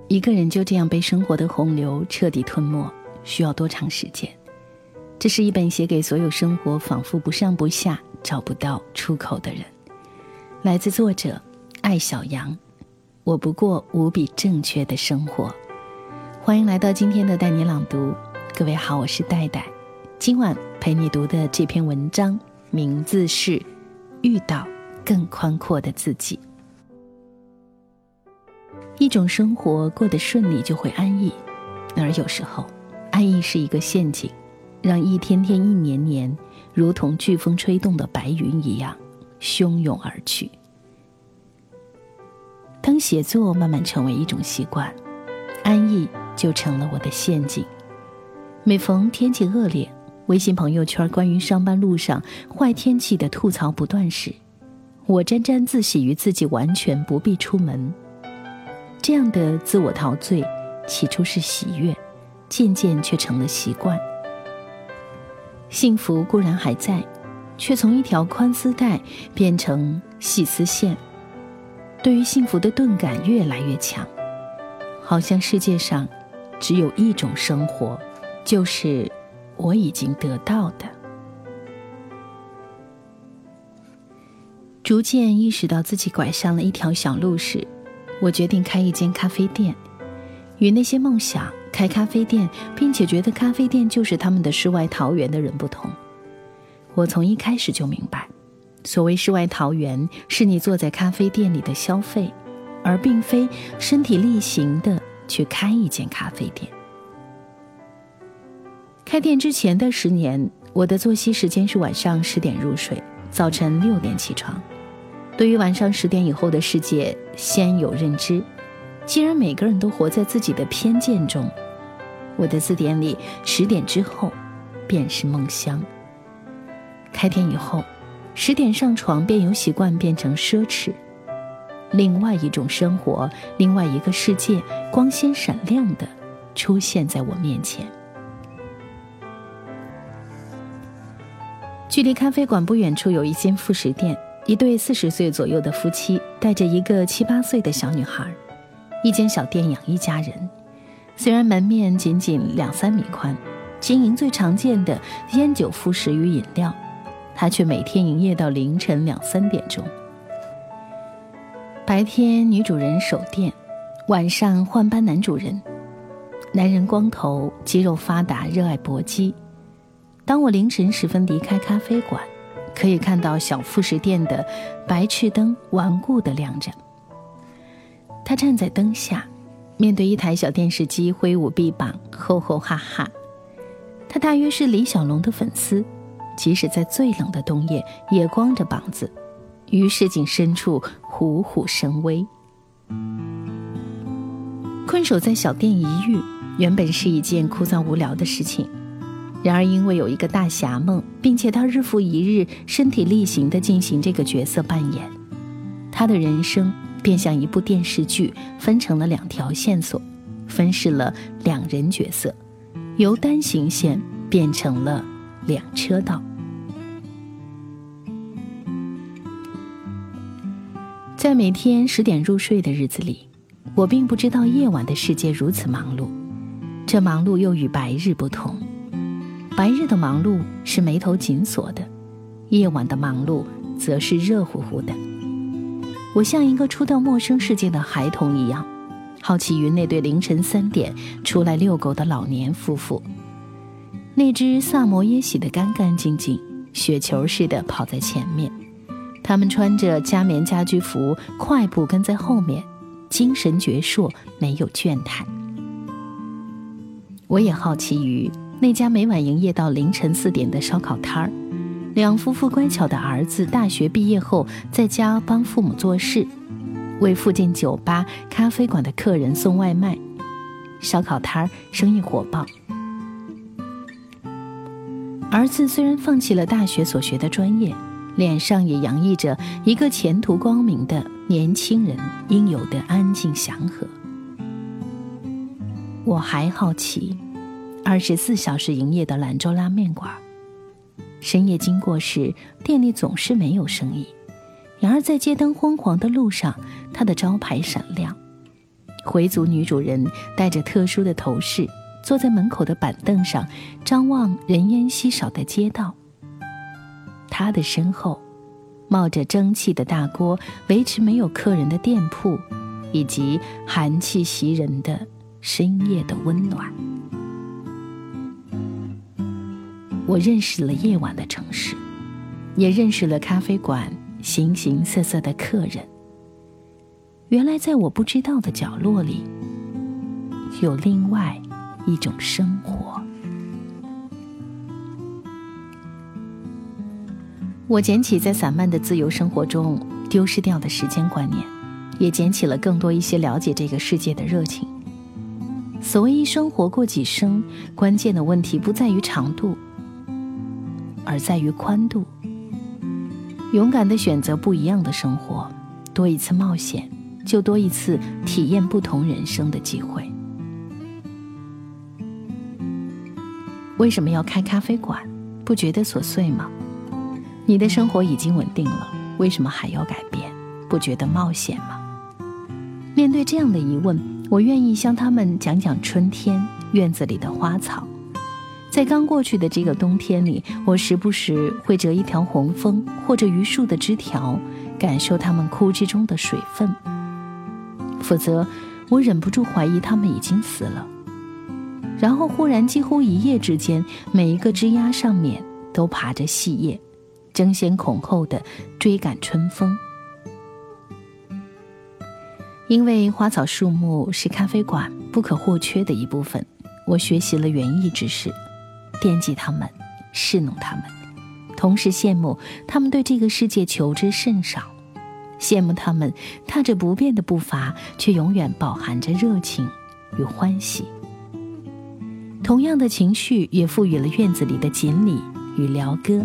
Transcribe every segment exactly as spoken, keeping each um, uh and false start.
一个人就这样被生活的洪流彻底吞没，需要多长时间？这是一本写给所有生活仿佛不上不下、找不到出口的人。来自作者艾小羊。我不过无比正确的生活。欢迎来到今天的带你朗读。各位好，我是戴戴。今晚陪你读的这篇文章名字是遇到更宽阔的自己。一种生活过得顺利就会安逸，而有时候安逸是一个陷阱，让一天天一年年如同飓风吹动的白云一样汹涌而去。当写作慢慢成为一种习惯，安逸就成了我的陷阱。每逢天气恶劣，微信朋友圈关于上班路上坏天气的吐槽不断时，我沾沾自喜于自己完全不必出门。这样的自我陶醉起初是喜悦，渐渐却成了习惯。幸福固然还在，却从一条宽丝带变成细丝线。对于幸福的钝感越来越强，好像世界上只有一种生活，就是我已经得到的。逐渐意识到自己拐上了一条小路时，我决定开一间咖啡店。与那些梦想开咖啡店并且觉得咖啡店就是他们的世外桃源的人不同，我从一开始就明白，所谓世外桃源，是你坐在咖啡店里的消费，而并非身体力行的去开一间咖啡店。开店之前的十年，我的作息时间是晚上十点入睡，早晨六点起床。对于晚上十点以后的世界，先有认知。既然每个人都活在自己的偏见中，我的字典里十点之后便是梦乡。开店以后，十点上床便由习惯变成奢侈。另外一种生活，另外一个世界，光鲜闪亮的出现在我面前。距离咖啡馆不远处有一间副食店，一对四十岁左右的夫妻带着一个七八岁的小女孩，一间小店养一家人。虽然门面仅仅两三米宽，经营最常见的烟酒副食与饮料，他却每天营业到凌晨两三点钟。白天女主人守店，晚上换班男主人。男人光头，肌肉发达，热爱搏击。当我凌晨时分离开咖啡馆，可以看到小副食店的白炽灯顽固地亮着。他站在灯下，面对一台小电视机挥舞臂膀，吼吼哈哈。他大约是李小龙的粉丝，即使在最冷的冬夜也光着膀子，于市井深处虎虎生威。困守在小店一隅，原本是一件枯燥无聊的事情，然而因为有一个大侠梦，并且他日复一日身体力行地进行这个角色扮演，他的人生便像一部电视剧，分成了两条线索，分饰了两人角色，由单行线变成了两车道。在每天十点入睡的日子里，我并不知道夜晚的世界如此忙碌，这忙碌又与白日不同。白日的忙碌是眉头紧锁的，夜晚的忙碌则是热乎乎的。我像一个初到陌生世界的孩童一样，好奇于那对凌晨三点出来遛狗的老年夫妇。那只萨摩耶洗得干干净净，雪球似的跑在前面，他们穿着加棉家居服，快步跟在后面，精神矍铄，没有倦怠。我也好奇于那家每晚营业到凌晨四点的烧烤摊儿，两夫妇乖巧的儿子大学毕业后在家帮父母做事，为附近酒吧咖啡馆的客人送外卖。烧烤摊儿生意火爆。儿子虽然放弃了大学所学的专业，脸上也洋溢着一个前途光明的年轻人应有的安静祥和。我还好奇二十四小时营业的兰州拉面馆，深夜经过时，店里总是没有生意，然而在街灯昏黄的路上，它的招牌闪亮。 回族女主人戴着特殊的头饰，坐在门口的板凳上，张望人烟稀少的街道。她的身后冒着蒸汽的大锅，维持没有客人的店铺，以及寒气袭人的深夜的温暖。我认识了夜晚的城市，也认识了咖啡馆形形色色的客人。原来在我不知道的角落里，有另外一种生活。我捡起在散漫的自由生活中丢失掉的时间观念，也捡起了更多一些了解这个世界的热情。所谓一生活过几生，关键的问题不在于长度，而在于宽度。勇敢地选择不一样的生活，多一次冒险，就多一次体验不同人生的机会。为什么要开咖啡馆？不觉得琐碎吗？你的生活已经稳定了，为什么还要改变？不觉得冒险吗？面对这样的疑问，我愿意向他们讲讲春天院子里的花草。在刚过去的这个冬天里，我时不时会折一条红枫或者榆树的枝条，感受它们枯枝中的水分。否则我忍不住怀疑它们已经死了。然后忽然几乎一夜之间，每一个枝桠上面都爬着细叶，争先恐后地追赶春风。因为花草树木是咖啡馆不可或缺的一部分，我学习了园艺知识，惦记它们，侍弄它们，同时羡慕他们对这个世界求知甚少，羡慕他们踏着不变的步伐，却永远饱含着热情与欢喜。同样的情绪也赋予了院子里的锦鲤与鹩歌。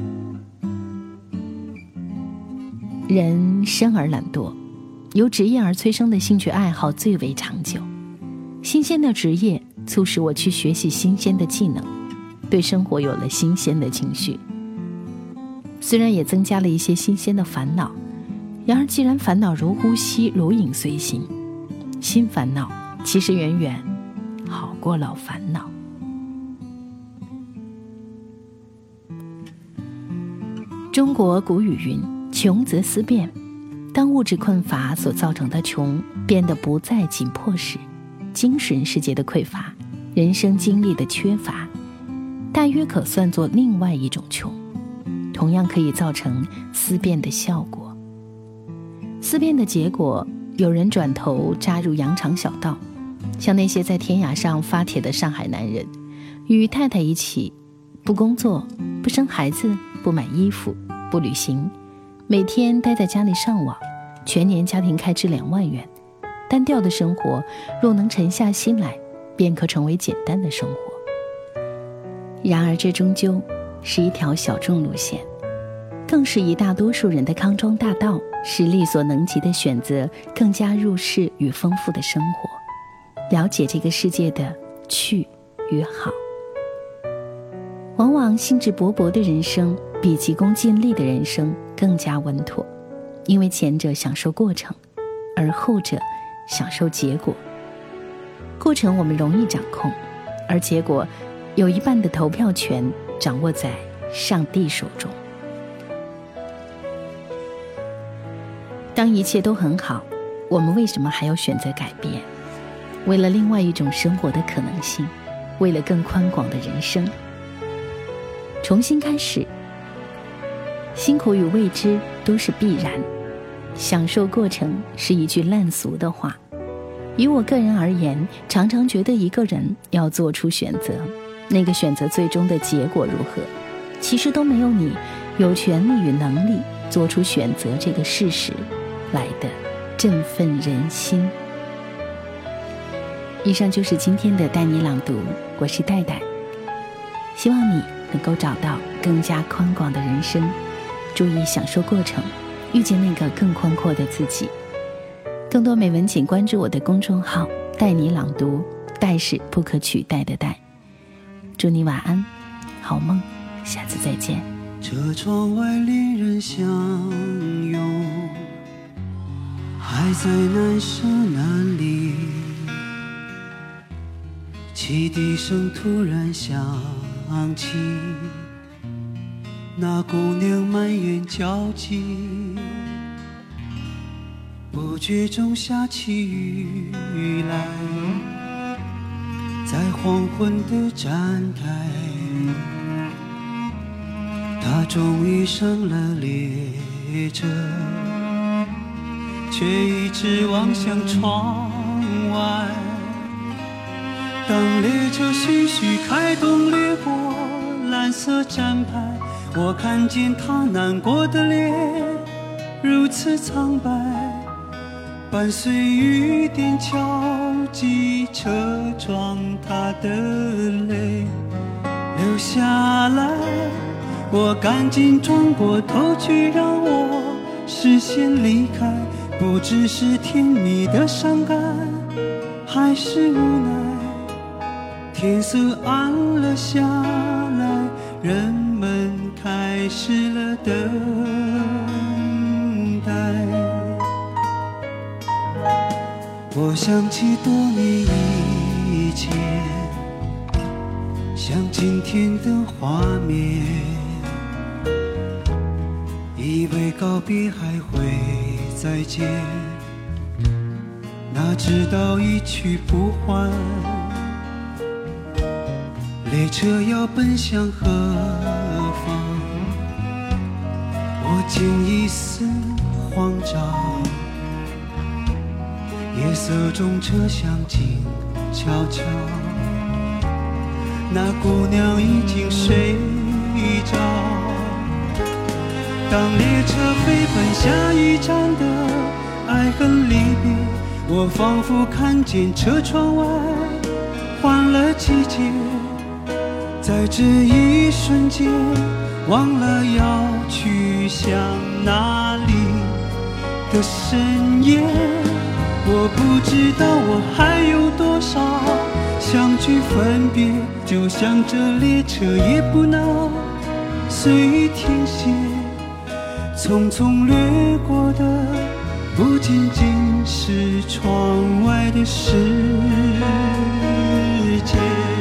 人生而懒惰，由职业而催生的兴趣爱好最为长久。新鲜的职业促使我去学习新鲜的技能，对生活有了新鲜的情绪。虽然也增加了一些新鲜的烦恼，然而既然烦恼如呼吸，如影随形，新烦恼其实远远好过老烦恼。中国古语云，穷则思变。当物质困乏所造成的穷变得不再紧迫时，精神世界的匮乏，人生经历的缺乏，大约可算作另外一种穷，同样可以造成思变的效果。思变的结果，有人转头扎入羊肠小道，像那些在天涯上发帖的上海男人，与太太一起不工作，不生孩子，不买衣服，不旅行，每天待在家里上网，全年家庭开支两万元，单调的生活若能沉下心来，便可成为简单的生活。然而这终究是一条小众路线，更是一大多数人的康庄大道，是力所能及的选择更加入世与丰富的生活，了解这个世界的去与好。往往兴致勃勃的人生比急功近利的人生更加稳妥，因为前者享受过程，而后者享受结果。过程我们容易掌控，而结果有一半的投票权掌握在上帝手中。当一切都很好，我们为什么还要选择改变？为了另外一种生活的可能性，为了更宽广的人生。重新开始，辛苦与未知都是必然，享受过程是一句烂俗的话。于我个人而言，常常觉得一个人要做出选择，那个选择最终的结果如何，其实都没有你有权利与能力做出选择这个事实来的振奋人心。以上就是今天的带你朗读，我是戴戴，希望你能够找到更加宽广的人生，注意享受过程，遇见那个更宽阔的自己。更多美文请关注我的公众号带你朗读，戴是不可取代的戴。祝你晚安，好梦，下次再见。 这窗外恋人相拥，还在难舍难离， 汽笛声突然响起，那姑娘满眼焦急，不觉中下起雨来，在黄昏的站台，她终于上了列车，却一直望向窗外。当列车徐徐开动，掠过蓝色站牌，我看见她难过的脸如此苍白，伴随雨点敲击车窗，她的泪流下来。我赶紧转过头去，让我视线离开，不知是甜蜜的伤感还是无奈。天色暗了下来，人们开始了等待。我想起多年以前，像今天的画面，以为告别还会再见，哪知道一去不还。列车要奔向何方，我竟一丝慌张。夜色中车厢静悄悄，那姑娘已经睡着。当列车飞奔下一站的爱恨离别，我仿佛看见车窗外换了季节，在这一瞬间忘了要去向哪里的深夜。我不知道我还有多少相聚分别，就像这列车也不能随意停歇，匆匆掠过的不仅仅是窗外的世界。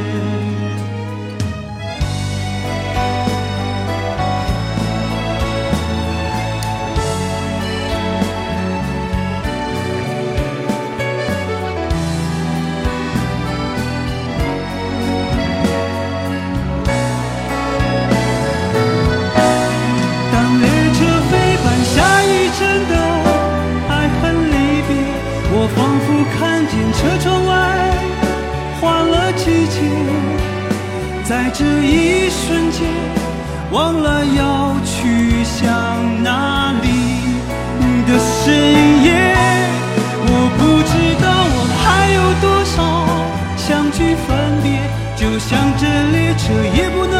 我仿佛看见车窗外换了季节，在这一瞬间忘了要去向哪里的深夜。我不知道我还有多少相聚分别，就像这列车也不能